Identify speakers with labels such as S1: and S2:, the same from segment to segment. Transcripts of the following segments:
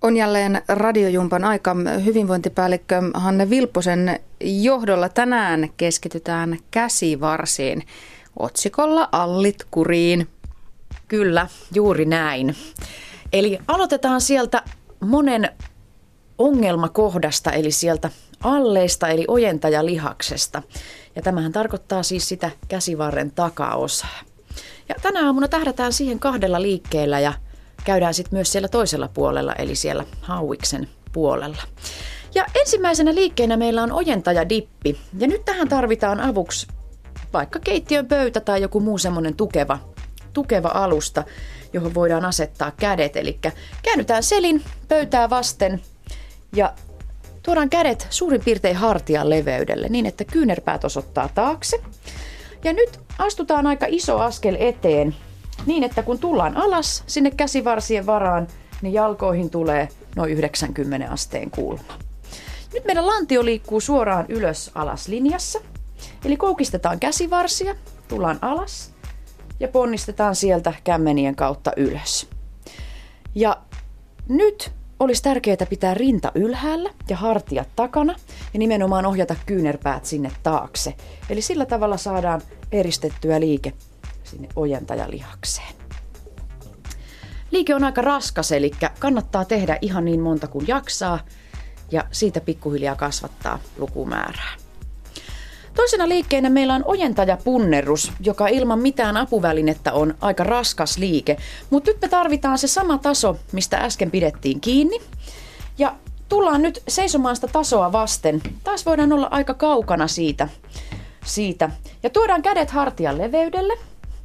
S1: On jälleen Radiojumpan aika. Hyvinvointipäällikkö Hanne Vilpposen johdolla tänään keskitytään käsivarsiin otsikolla Allit kuriin.
S2: Kyllä, juuri näin. Eli aloitetaan sieltä monen ongelmakohdasta, eli sieltä alleista, eli ojentajalihaksesta. Ja tämähän tarkoittaa siis sitä käsivarren takaosaa. Ja tänä aamuna tähdätään siihen 2 liikkeellä ja käydään sitten myös siellä toisella puolella, eli siellä hauiksen puolella. Ja ensimmäisenä liikkeenä meillä on ojentajadippi. Ja nyt tähän tarvitaan avuksi vaikka keittiön pöytä tai joku muu semmoinen tukeva alusta, johon voidaan asettaa kädet. Eli käännytään selin pöytää vasten ja tuodaan kädet suurin piirtein hartian leveydelle niin, että kyynärpäät osoittaa taakse. Ja nyt astutaan aika iso askel eteen niin, että kun tullaan alas sinne käsivarsien varaan, niin jalkoihin tulee noin 90 asteen kulma. Nyt meidän lantio liikkuu suoraan ylös-alas linjassa. Eli koukistetaan käsivarsia, tullaan alas ja ponnistetaan sieltä kämmenien kautta ylös. Ja nyt olisi tärkeää pitää rinta ylhäällä ja hartiat takana ja nimenomaan ohjata kyynärpäät sinne taakse. Eli sillä tavalla saadaan eristettyä liike sinne ojentajalihakseen. Liike on aika raskas, eli kannattaa tehdä ihan niin monta kuin jaksaa ja siitä pikkuhiljaa kasvattaa lukumäärää. Toisena liikkeenä meillä on ojentajapunnerrus, joka ilman mitään apuvälinettä on aika raskas liike. Mutta nyt me tarvitaan se sama taso, mistä äsken pidettiin kiinni. Ja tullaan nyt seisomaan sitä tasoa vasten. Taas voidaan olla aika kaukana siitä. Ja tuodaan kädet hartian leveydelle.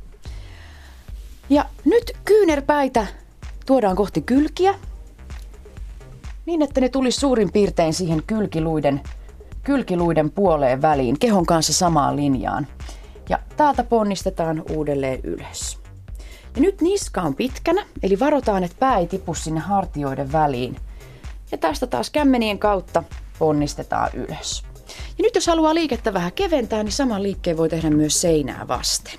S2: Ja nyt kyynärpäitä tuodaan kohti kylkiä. Niin, että ne tulisi suurin piirtein siihen kylkiluiden puoleen väliin, kehon kanssa samaan linjaan. Ja täältä ponnistetaan uudelleen ylös. Ja nyt niska on pitkänä, eli varotaan, että pää ei tipu sinne hartioiden väliin. Ja tästä taas kämmenien kautta ponnistetaan ylös. Ja nyt jos haluaa liikettä vähän keventää, niin saman liikkeen voi tehdä myös seinää vasten.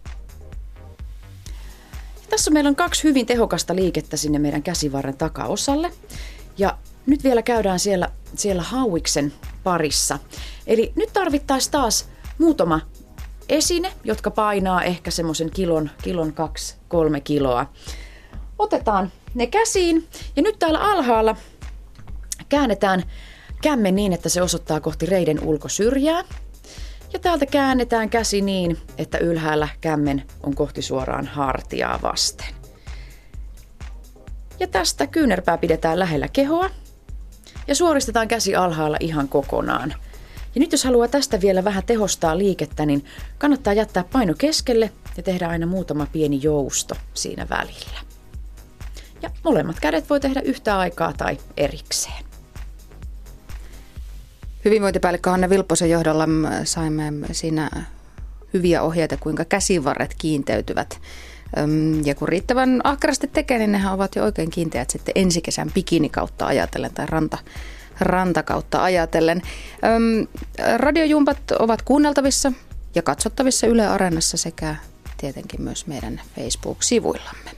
S2: Ja tässä meillä on 2 hyvin tehokasta liikettä sinne meidän käsivarren takaosalle. Ja nyt vielä käydään siellä hauiksen parissa. Eli nyt tarvittaisiin taas muutama esine, jotka painaa ehkä semmoisen kilon 2-3 kiloa. Otetaan ne käsiin ja nyt täällä alhaalla käännetään kämmen niin, että se osoittaa kohti reiden ulkosyrjää. Ja täältä käännetään käsi niin, että ylhäällä kämmen on kohti suoraan hartiaa vasten. Ja tästä kyynärpää pidetään lähellä kehoa ja suoristetaan käsi alhaalla ihan kokonaan. Ja nyt jos haluaa tästä vielä vähän tehostaa liikettä, niin kannattaa jättää paino keskelle ja tehdä aina muutama pieni jousto siinä välillä. Ja molemmat kädet voi tehdä yhtä aikaa tai erikseen.
S1: Hyvinvointipäällikkö Hanne Vilpposen johdolla saimme siinä hyviä ohjeita, kuinka käsivarret kiinteytyvät. Ja kun riittävän ahkerasti tekee, niin nehän ovat jo oikein kiinteät sitten ensi kesän bikini-kautta ajatellen tai rantakautta ajatellen. Radiojumpat ovat kuunneltavissa ja katsottavissa Yle Areenassa sekä tietenkin myös meidän Facebook-sivuillamme.